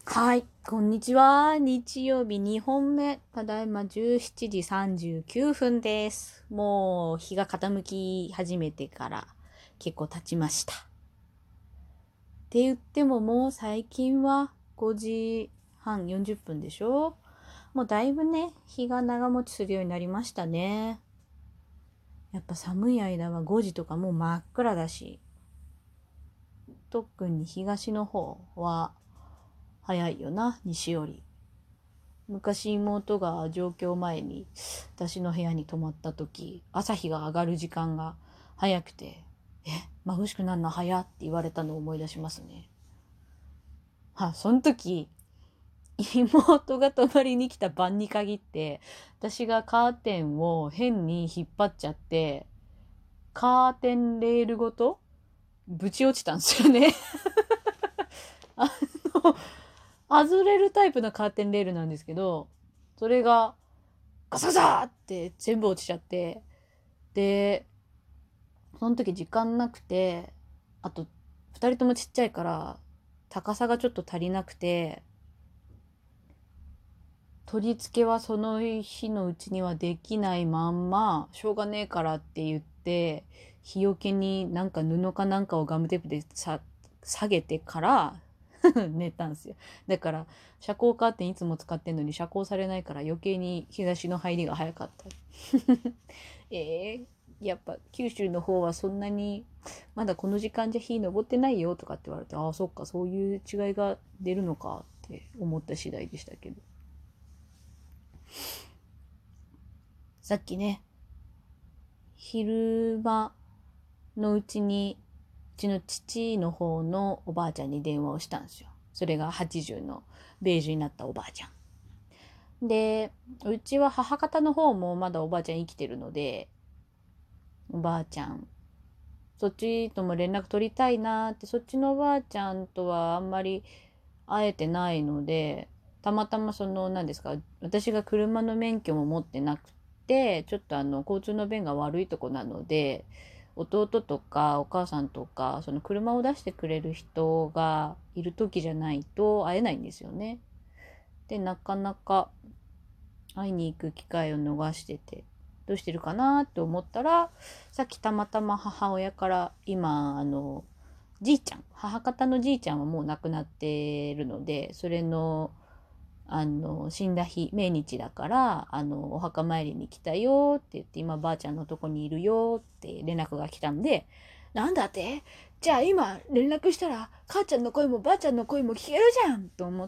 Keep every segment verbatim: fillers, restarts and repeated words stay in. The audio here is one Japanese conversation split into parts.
はい、こんにちは。日曜日にほんめ。ただいまじゅうしちじさんじゅうきゅうふんです。もう日が傾き始めてから結構経ちました。って言ってももう最近はごじはんよんじゅっぷんでしょ。もうだいぶね、日が長持ちするようになりましたね。やっぱ寒い間はごじとかもう真っ暗だし、特に東の方は早いよな、西より。昔妹が上京前に私の部屋に泊まった時、朝日が上がる時間が早くて、え、眩しくなるの早って言われたのを思い出しますね。はその時、妹が泊まりに来た晩に限って、私がカーテンを変に引っ張っちゃって、カーテンレールごとぶち落ちたんですよね。あの、外れるタイプのカーテンレールなんですけど、それがガサガサって全部落ちちゃって、で、その時時間なくて、あと、二人ともちっちゃいから、高さがちょっと足りなくて、取り付けはその日のうちにはできないまんま、しょうがねえからって言って、日よけになんか布かなんかをガムテープでさ下げてから寝たんですよ。だから、遮光カーテンいつも使ってんのに遮光されないから余計に日差しの入りが早かった。えー、やっぱ九州の方はそんなにまだこの時間じゃ日昇ってないよとかって言われて、ああそっか、そういう違いが出るのかって思った次第でしたけど、さっきね、昼間のうちにうちの父の方のおばあちゃんに電話をしたんですよ。それがはちじゅうのベージュになったおばあちゃんで、うちは母方の方もまだおばあちゃん生きてるので、おばあちゃんそっちとも連絡取りたいなーって、そっちのおばあちゃんとはあんまり会えてないので、たまたまその、何ですか、私が車の免許も持ってなくて、ちょっとあの、交通の便が悪いとこなので、弟とかお母さんとか、その車を出してくれる人がいる時じゃないと会えないんですよね。で、なかなか会いに行く機会を逃してて、どうしてるかなって思ったら、さっきたまたま母親から今、あの、じいちゃん、母方のじいちゃんはもう亡くなってるので、それの、あの、死んだ日、命日だから、あの、お墓参りに来たよって言って、今ばあちゃんのとこにいるよって連絡が来たんで、なんだって、じゃあ今連絡したら、母ちゃんの声もばあちゃんの声も聞けるじゃんと思って、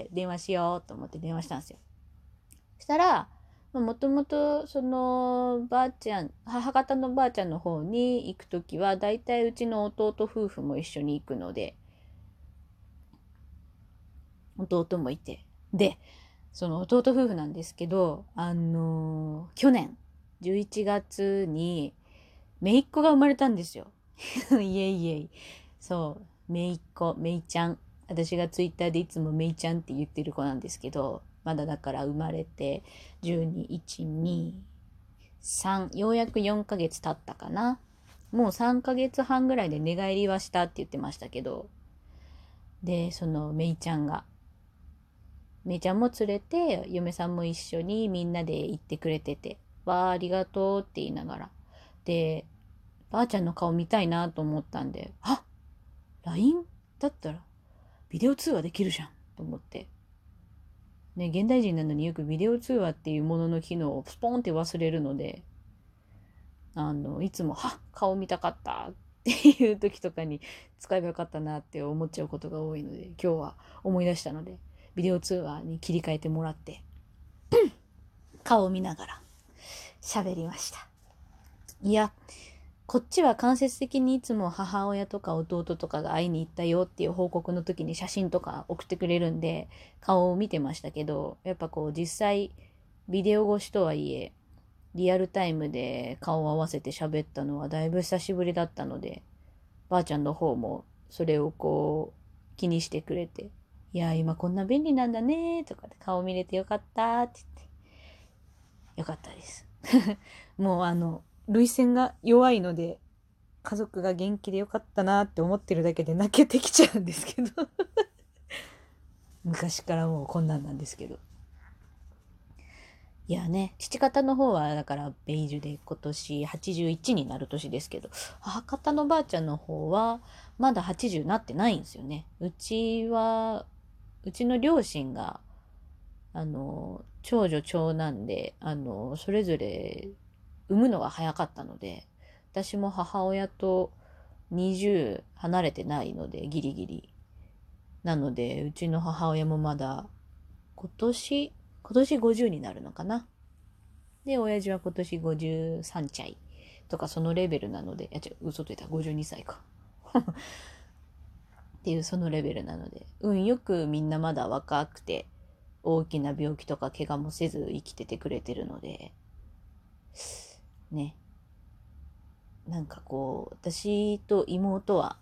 電話しようと思って電話したんですよ。したら、もともとそのばあちゃん、母方のばあちゃんの方に行くときは、だいたいうちの弟夫婦も一緒に行くので、弟もいて。で、その弟夫婦なんですけど、あのー去年じゅういちがつに姪っ子が生まれたんですよ。いえいえ。そう、姪っ子、姪ちゃん。私がツイッターでいつも姪ちゃんって言ってる子なんですけど、まだだから生まれてじゅうに、いち、に、さん、ようやくよんかげつ経ったかな。もうさんかげつはんぐらいで寝返りはしたって言ってましたけど、で、そのめいちゃんが、めいちゃんも連れて、嫁さんも一緒にみんなで行ってくれてて、わーありがとうって言いながら。で、ばあちゃんの顔見たいなと思ったんで、あ、 ライン だったらビデオ通話できるじゃんと思って。ね、現代人なのによくビデオ通話っていうものの機能をスポンって忘れるので、あの、いつも、は顔見たかったっていう時とかに使えばよかったなって思っちゃうことが多いので、今日は思い出したので、ビデオ通話に切り替えてもらって、顔を見ながら喋りました。いや、こっちは間接的にいつも母親とか弟とかが会いに行ったよっていう報告の時に写真とか送ってくれるんで、顔を見てましたけど、やっぱこう実際、ビデオ越しとはいえ、リアルタイムで顔を合わせて喋ったのはだいぶ久しぶりだったので、ばあちゃんの方もそれをこう気にしてくれて、いや、今こんな便利なんだねとかで顔見れてよかったって言って、よかったです。もうあの、涙腺が弱いので、家族が元気でよかったなって思ってるだけで泣けてきちゃうんですけど昔からもうこんなんなんですけど。いやね、父方の方はだからベージュで今年はちじゅういちになる年ですけど、母方のばあちゃんの方はまだはちじゅうなってないんですよね。うちは、うちの両親が、あの、長女長男で、あの、それぞれ産むのが早かったので、私も母親とにじゅう離れてないので、ギリギリ。なので、うちの母親もまだ今年、今年ごじゅうになるのかな。で、親父は今年ごじゅうさんちゃいとかそのレベルなので、いや、違う、嘘ついた、ごじゅうにさいか。っていうそのレベルなので、運よくみんなまだ若くて、大きな病気とか怪我もせず生きててくれてるので、ね。なんかこう、私と妹は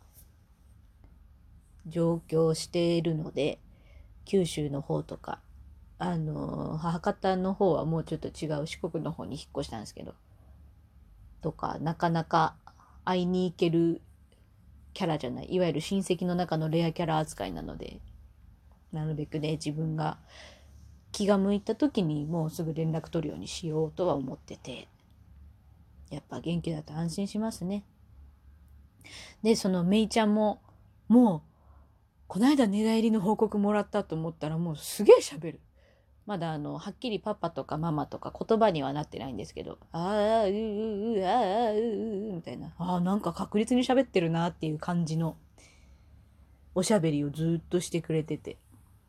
上京しているので、九州の方とか、あの、母方の方はもうちょっと違う四国の方に引っ越したんですけど、とか、なかなか会いに行けるキャラじゃない、いわゆる親戚の中のレアキャラ扱いなので、なるべくね、自分が気が向いた時にもうすぐ連絡取るようにしようとは思ってて、やっぱ元気だと安心しますね。で、そのめいちゃんも、もう、こないだ寝返りの報告もらったと思ったらもうすげえ喋る。まだあの、はっきりパパとかママとか言葉にはなってないんですけど、ああ、ううう、ああ、ううう、みたいな。ああ、なんか確実に喋ってるなっていう感じのおしゃべりをずっとしてくれてて。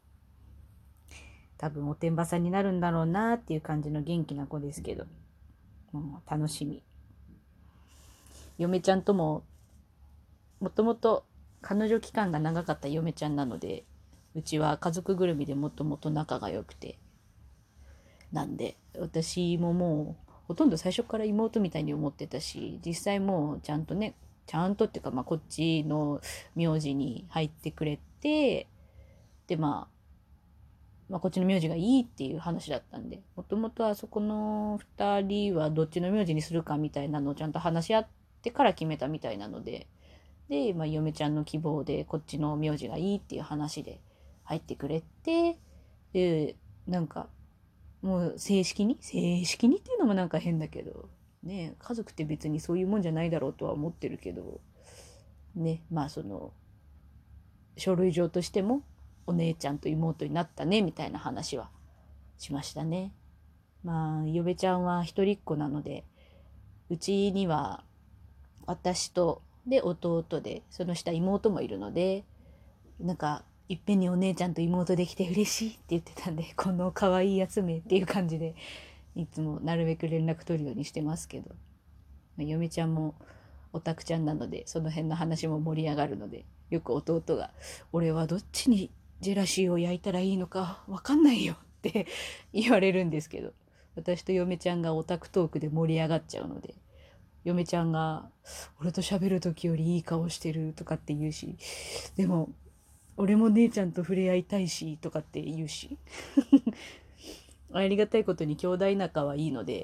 多分おてんばさんになるんだろうなっていう感じの元気な子ですけど、もう楽しみ。嫁ちゃんとも、もともと彼女期間が長かった嫁ちゃんなので、うちは家族ぐるみでもともと仲が良くて、なんで、私ももう、ほとんど最初から妹みたいに思ってたし、実際もうちゃんとね、ちゃんとっていうか、まあこっちの名字に入ってくれて、でまあ、まあこっちの名字がいいっていう話だったんで、もともとあそこの二人はどっちの名字にするかみたいなのをちゃんと話し合ってから決めたみたいなので、で、まあ嫁ちゃんの希望でこっちの名字がいいっていう話で入ってくれて、で、なんか、もう正式に正式にっていうのもなんか変だけど、ね、家族って別にそういうもんじゃないだろうとは思ってるけど、ね、まあその、書類上としてもお姉ちゃんと妹になったね、みたいな話はしましたね。まあ、嫁ちゃんは一人っ子なので、うちには私と、で、弟で、その下妹もいるので、なんか、いっぺんにお姉ちゃんと妹できて嬉しいって言ってたんで、この可愛いやつめっていう感じで、いつもなるべく連絡取るようにしてますけど、嫁ちゃんもオタクちゃんなので、その辺の話も盛り上がるので、よく弟が、俺はどっちにジェラシーを焼いたらいいのかわかんないよって言われるんですけど、私と嫁ちゃんがオタクトークで盛り上がっちゃうので、嫁ちゃんが、俺と喋る時よりいい顔してるとかって言うし、でも、俺も姉ちゃんと触れ合いたいし、とかって言うし。ありがたいことに兄弟仲はいいので、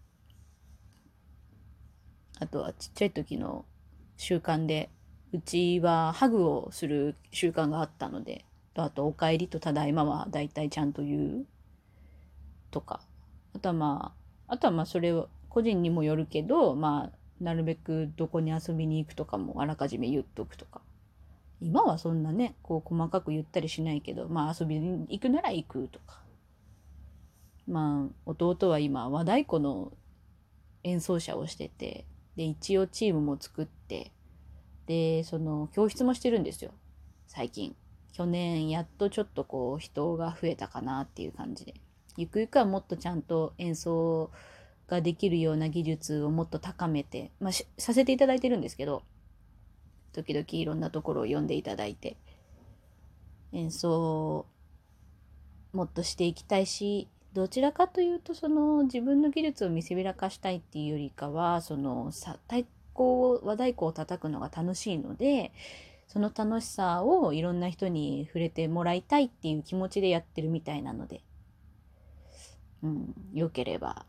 あとはちっちゃい時の習慣で、うちはハグをする習慣があったので、あとお帰りとただいまはだいたいちゃんと言うとか、あとはまあ、あとはまあそれを個人にもよるけど、まあ、なるべくどこに遊びに行くとかもあらかじめ言っとくとか。今はそんなね、こう細かく言ったりしないけど、まあ遊びに行くなら行くとか。まあ、弟は今和太鼓の演奏者をしてて、で、一応チームも作って、で、その教室もしてるんですよ。最近。去年やっとちょっとこう人が増えたかなっていう感じで。ゆくゆくはもっとちゃんと演奏ができるような技術をもっと高めて、まあ、させていただいてるんですけど、時々いろんなところを読んでいただいて、演奏をもっとしていきたいし、どちらかというとその自分の技術を見せびらかしたいっていうよりかは、そのさ太鼓和太鼓を叩くのが楽しいので、その楽しさをいろんな人に触れてもらいたいっていう気持ちでやってるみたいなので、うん、よければ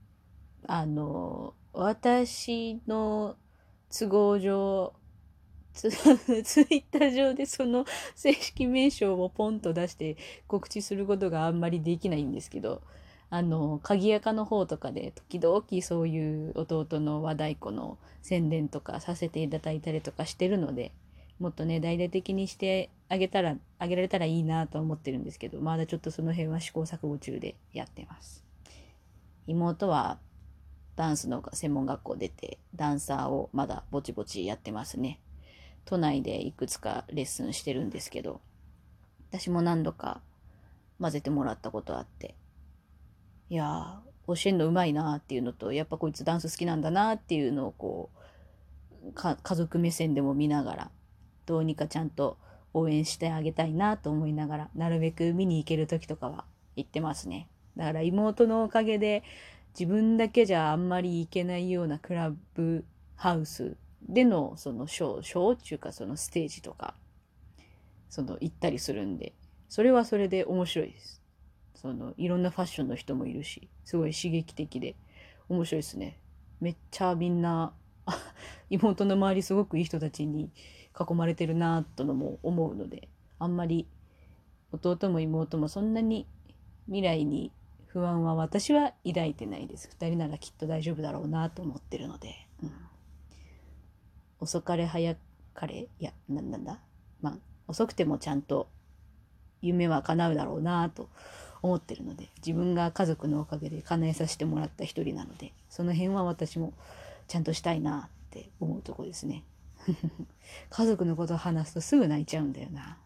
あの私の都合上ツツイッター上でその正式名称をポンと出して告知することがあんまりできないんですけど、あの鍵垢の方とかで時々そういう弟の和太鼓の宣伝とかさせていただいたりとかしてるので、もっとね大々的にしてあげたらあげられたらいいなと思ってるんですけど、まだちょっとその辺は試行錯誤中でやってます。妹はダンスの専門学校出てダンサーをまだぼちぼちやってますね。都内でいくつかレッスンしてるんですけど、私も何度か混ぜてもらったことあって、いやー教えんのうまいなーっていうのと、やっぱこいつダンス好きなんだなーっていうのをこうか家族目線でも見ながら、どうにかちゃんと応援してあげたいなと思いながら、なるべく見に行ける時とかは行ってますね。だから妹のおかげで自分だけじゃあんまり行けないようなクラブハウスでのそのショー、ショーっていうかそのステージとか、その行ったりするんで、それはそれで面白いです。そのいろんなファッションの人もいるし、すごい刺激的で面白いですね。めっちゃみんな妹の周りすごくいい人たちに囲まれてるなとのも思うので、あんまり弟も妹もそんなに未来に不安は私は抱いてないです。二人ならきっと大丈夫だろうなと思ってるので、うん、遅かれ早かれ、いや、なんなんだ、まあ遅くてもちゃんと夢は叶うだろうなと思ってるので、自分が家族のおかげで叶えさせてもらった一人なので、その辺は私もちゃんとしたいなって思うとこですね。家族のことを話すとすぐ泣いちゃうんだよな。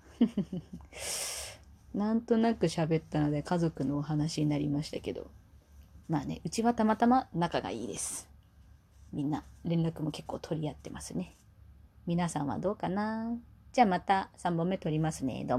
なんとなく喋ったので家族のお話になりましたけど、まあね、うちはたまたま仲がいいです。みんな連絡も結構取り合ってますね。皆さんはどうかな。じゃあまたさんぼんめ取りますね。どうも。